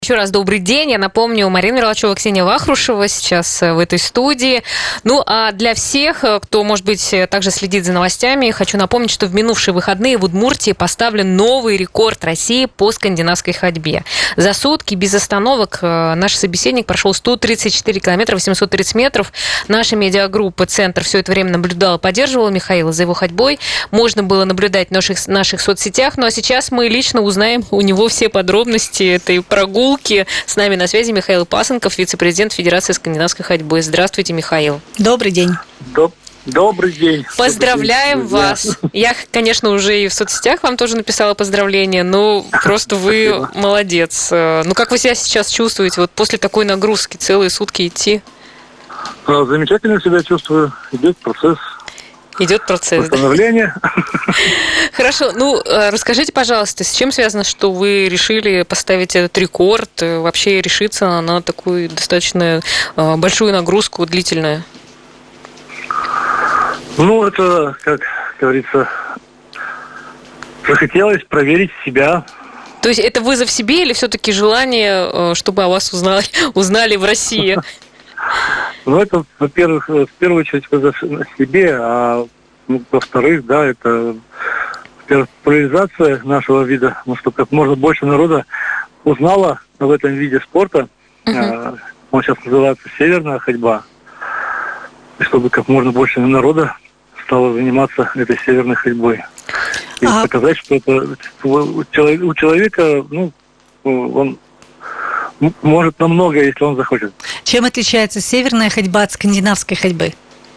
Еще раз добрый день. Я напомню, Марина Мерлачева, Ксения Вахрушева сейчас в этой студии. Ну, а для всех, кто, может быть, также следит за новостями, хочу напомнить, что в минувшие выходные в Удмуртии поставлен новый рекорд России по скандинавской ходьбе. За сутки без остановок наш собеседник прошел 134 километра 830 метров. Наша медиагруппа «Центр» все это время наблюдала, поддерживала Михаила за его ходьбой. Можно было наблюдать в наших соцсетях. Ну, а сейчас мы лично узнаем у него все подробности этой прогулки. С нами на связи Михаил Пасынков, вице-президент Федерации скандинавской ходьбы. Здравствуйте, Михаил. Добрый день. Добрый день. Поздравляем вас. Я, конечно, уже и в соцсетях вам тоже написала поздравления, но просто вы Спасибо. Молодец. Ну, как вы себя сейчас чувствуете, вот после такой нагрузки целые сутки идти? Замечательно себя чувствую. Идет процесс. Идет процесс, да? Восстановления. Хорошо, ну, расскажите, пожалуйста, с чем связано, что вы решили поставить этот рекорд, вообще решиться на такую достаточно большую нагрузку, длительную? Ну, это, как говорится, захотелось проверить себя. То есть это вызов себе или все-таки желание, чтобы о вас узнали в России? Ну, это, во-первых, в первую очередь вызов себе, а во-вторых, да, это популяризация нашего вида, чтобы как можно больше народа узнало об этом виде спорта. Он сейчас называется северная ходьба. И чтобы как можно больше народа стало заниматься этой северной ходьбой. И показать, что это у человека, ну, он может на многое, если он захочет. Чем отличается северная ходьба от скандинавской ходьбы?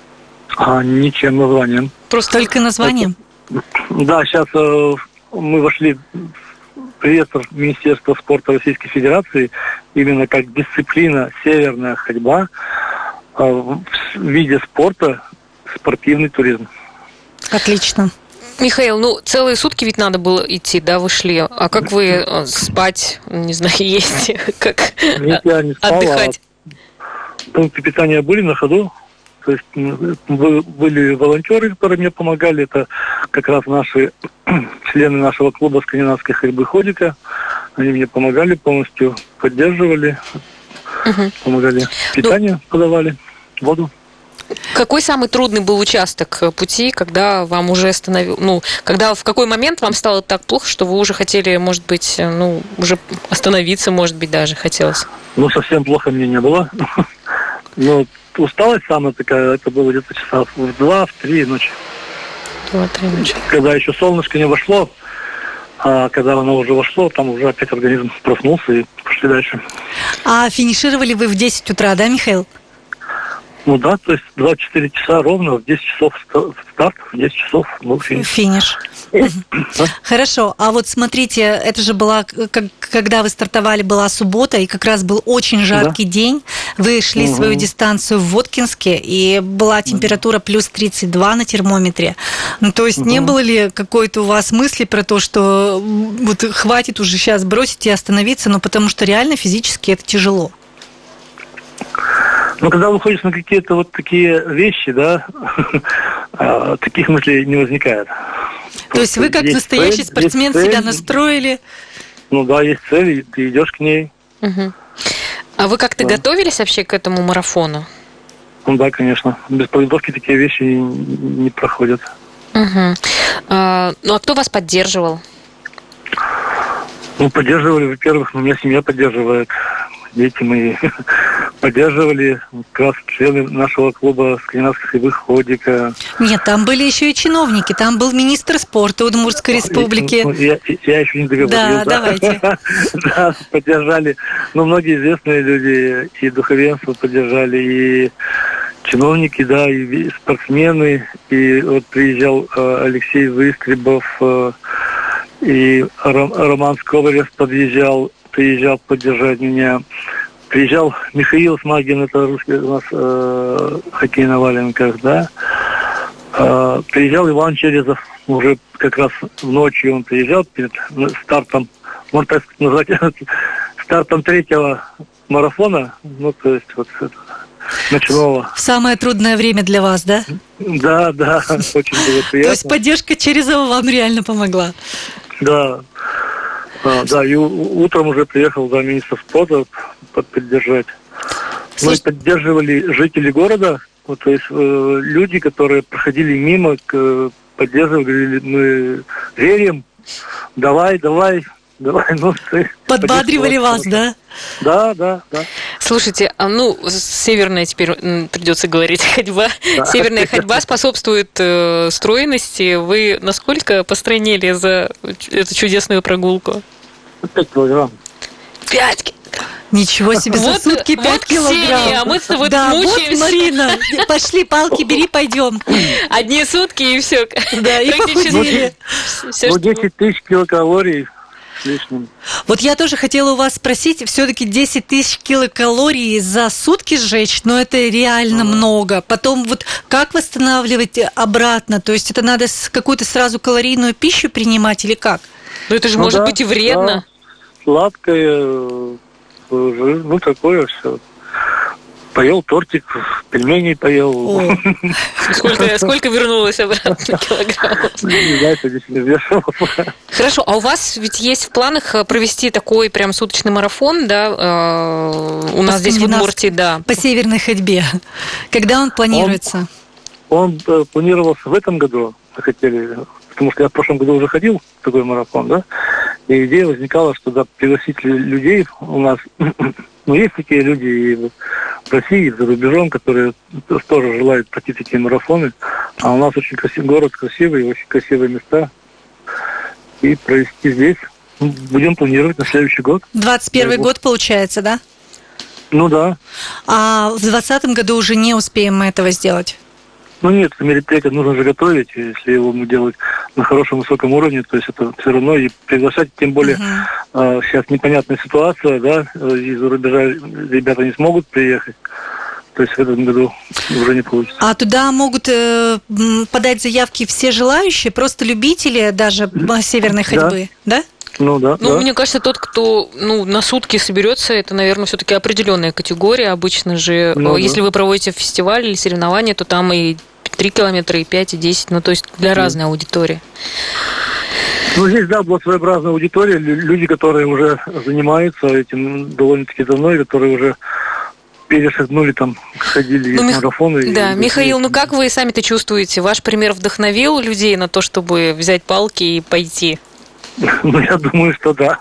Ничем, названием. Просто только названием? Да, сейчас мы вошли в реестр Министерства спорта Российской Федерации именно как дисциплина северная ходьба в виде спорта спортивный туризм. Отлично. Михаил, ну, целые сутки ведь надо было идти, да, вы шли. А как вы спать, не знаю, есть, как Нет, я не спал, отдыхать? Пункты питания были на ходу. То есть были волонтеры, которые мне помогали. Это как раз наши члены нашего клуба скандинавской ходьбы «Ходика». Они мне помогали полностью, поддерживали, помогали, питание подавали, воду. Какой самый трудный был участок пути, когда вам уже в какой момент вам стало так плохо, что вы уже хотели, может быть, уже остановиться, может быть, даже хотелось? Ну, совсем плохо мне не было. Но усталость самая такая, это было где-то часа в 2-3 ночи. 2-3 ночи. Когда еще солнышко не вошло, а когда оно уже вошло, там уже опять организм проснулся и пошли дальше. А финишировали вы в 10 утра, да, Михаил? Ну да, то есть 24 часа ровно, в 10 часов старт, в 10 часов был финиш. Финиш. Хорошо, а вот смотрите, это же была, когда вы стартовали, была суббота, и как раз был очень жаркий день. Вы шли свою дистанцию в Воткинске, и была температура плюс 32 на термометре. Ну, то есть не было ли какой-то у вас мысли про то, что вот хватит уже сейчас бросить и остановиться, но потому что реально физически это тяжело? Но когда выходишь на какие-то вот такие вещи, да, таких мыслей не возникает. То есть вы как настоящий спортсмен себя настроили? Ну да, есть цель, и ты идешь к ней. А вы как-то готовились вообще к этому марафону? Ну да, конечно. Без подготовки такие вещи не проходят. Ну а кто вас поддерживал? Ну, поддерживали, во-первых, меня семья поддерживает. Дети мои поддерживали, как раз члены нашего клуба скандинавской ходьбы «Ходика». Нет, там были еще и чиновники, там был министр спорта Удмуртской республики. Я еще не договорил. Да, давайте. Да, поддержали. Но многие известные люди и духовенство поддержали, и чиновники, да, и спортсмены. И вот приезжал Алексей Выстребов, и Роман Сковорец приезжал поддержать меня. Приезжал Михаил Смагин, это русский у нас хоккей на валенках, да. Приезжал Иван Черезов, уже как раз ночью он приезжал перед стартом, можно так назвать, стартом 3-го марафона, ну, то есть вот ночного. В самое трудное время для вас, да? Да, очень было приятно. То есть поддержка Черезова вам реально помогла? Да. Да, и утром уже приехал замминистра спорта поддержать. Мы поддерживали жители города, вот, то есть люди, которые проходили мимо, поддерживали, говорили, мы верим, давай, ну ты. Подбадривали вас, да? Да. Слушайте, северная теперь придется говорить ходьба. Да. Северная ходьба способствует стройности. Вы насколько постройнели за эту чудесную прогулку? 5 килограмм. 5 килограмм. Ничего себе, за сутки 5 килограмм. Ксения, а мы-то мучаемся. Вот, Марина, пошли, палки бери, пойдем. Одни сутки и все. Да, и похудели. 10 тысяч килокалорий лишним. Вот я тоже хотела у вас спросить, все-таки 10 тысяч килокалорий за сутки сжечь, но это реально много. Потом вот как восстанавливать обратно? То есть это надо какую-то сразу калорийную пищу принимать или как? Ну это же может быть и вредно. Да. Сладкое, такое все. Поел тортик, пельменей поел. Сколько вернулось обратно килограммов? Не знаю, что здесь не взвешивал. Хорошо, а у вас ведь есть в планах провести такой прям суточный марафон, да? У нас здесь в Удмуртии, да. По северной ходьбе. Когда он планируется? Он планировался в этом году, мы хотели, потому что я в прошлом году уже ходил в такой марафон, да? И идея возникала, что да, пригласить людей у нас, есть такие люди и в России, и за рубежом, которые тоже желают пройти такие марафоны. А у нас очень красивый город, красивый, очень красивые места. И провести здесь будем планировать на следующий год. 21 год получается, да? Ну да. А в 2020 году уже не успеем мы этого сделать? Нет, мероприятие нужно же готовить, если его мы делать на хорошем высоком уровне, то есть это все равно и приглашать, тем более сейчас непонятная ситуация, да, из-за рубежа ребята не смогут приехать, то есть в этом году уже не получится. А туда могут подать заявки все желающие, просто любители даже северной ходьбы, да? Да. Мне кажется, тот, кто на сутки соберется, это, наверное, все-таки определенная категория. Обычно же, если вы проводите фестиваль или соревнования, то там и 3 километра, и 5, и 10, то есть для разной аудитории. Здесь, да, была своеобразная аудитория, люди, которые уже занимаются этим довольно-таки давно, и которые уже перешагнули, ходили в марафоны. Да, Михаил, как вы сами-то чувствуете? Ваш пример вдохновил людей на то, чтобы взять палки и пойти? Я думаю, что да.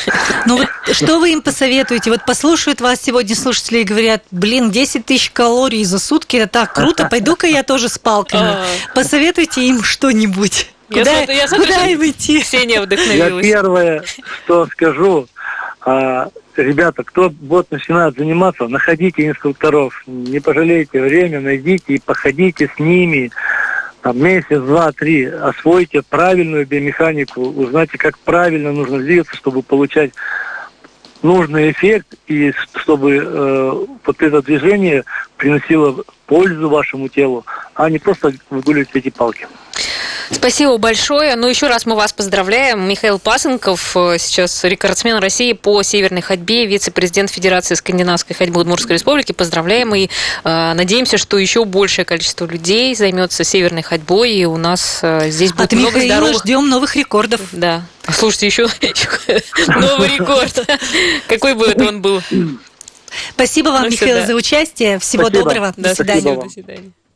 Что вы им посоветуете? Вот послушают вас сегодня слушатели и говорят, 10 тысяч калорий за сутки, это так круто, пойду-ка я тоже с палками. Посоветуйте им что-нибудь. Куда им идти? Ксения вдохновилась. Я первое, что скажу, ребята, кто начинает заниматься, находите инструкторов, не пожалейте время, найдите и походите с ними. Месяц, 2, 3 освойте правильную биомеханику, узнайте, как правильно нужно двигаться, чтобы получать нужный эффект и чтобы вот это движение приносило пользу вашему телу, а не просто выгуливать эти палки. Спасибо большое. Еще раз мы вас поздравляем. Михаил Пасынков, сейчас рекордсмен России по северной ходьбе, вице-президент Федерации скандинавской ходьбы Удмуртской республики. Поздравляем и надеемся, что еще большее количество людей займется северной ходьбой, и у нас здесь будет много здоровых... ждем новых рекордов. Да. Слушайте, еще новый рекорд. Какой бы это он был? Спасибо вам, Михаил, за участие. Всего доброго. До свидания.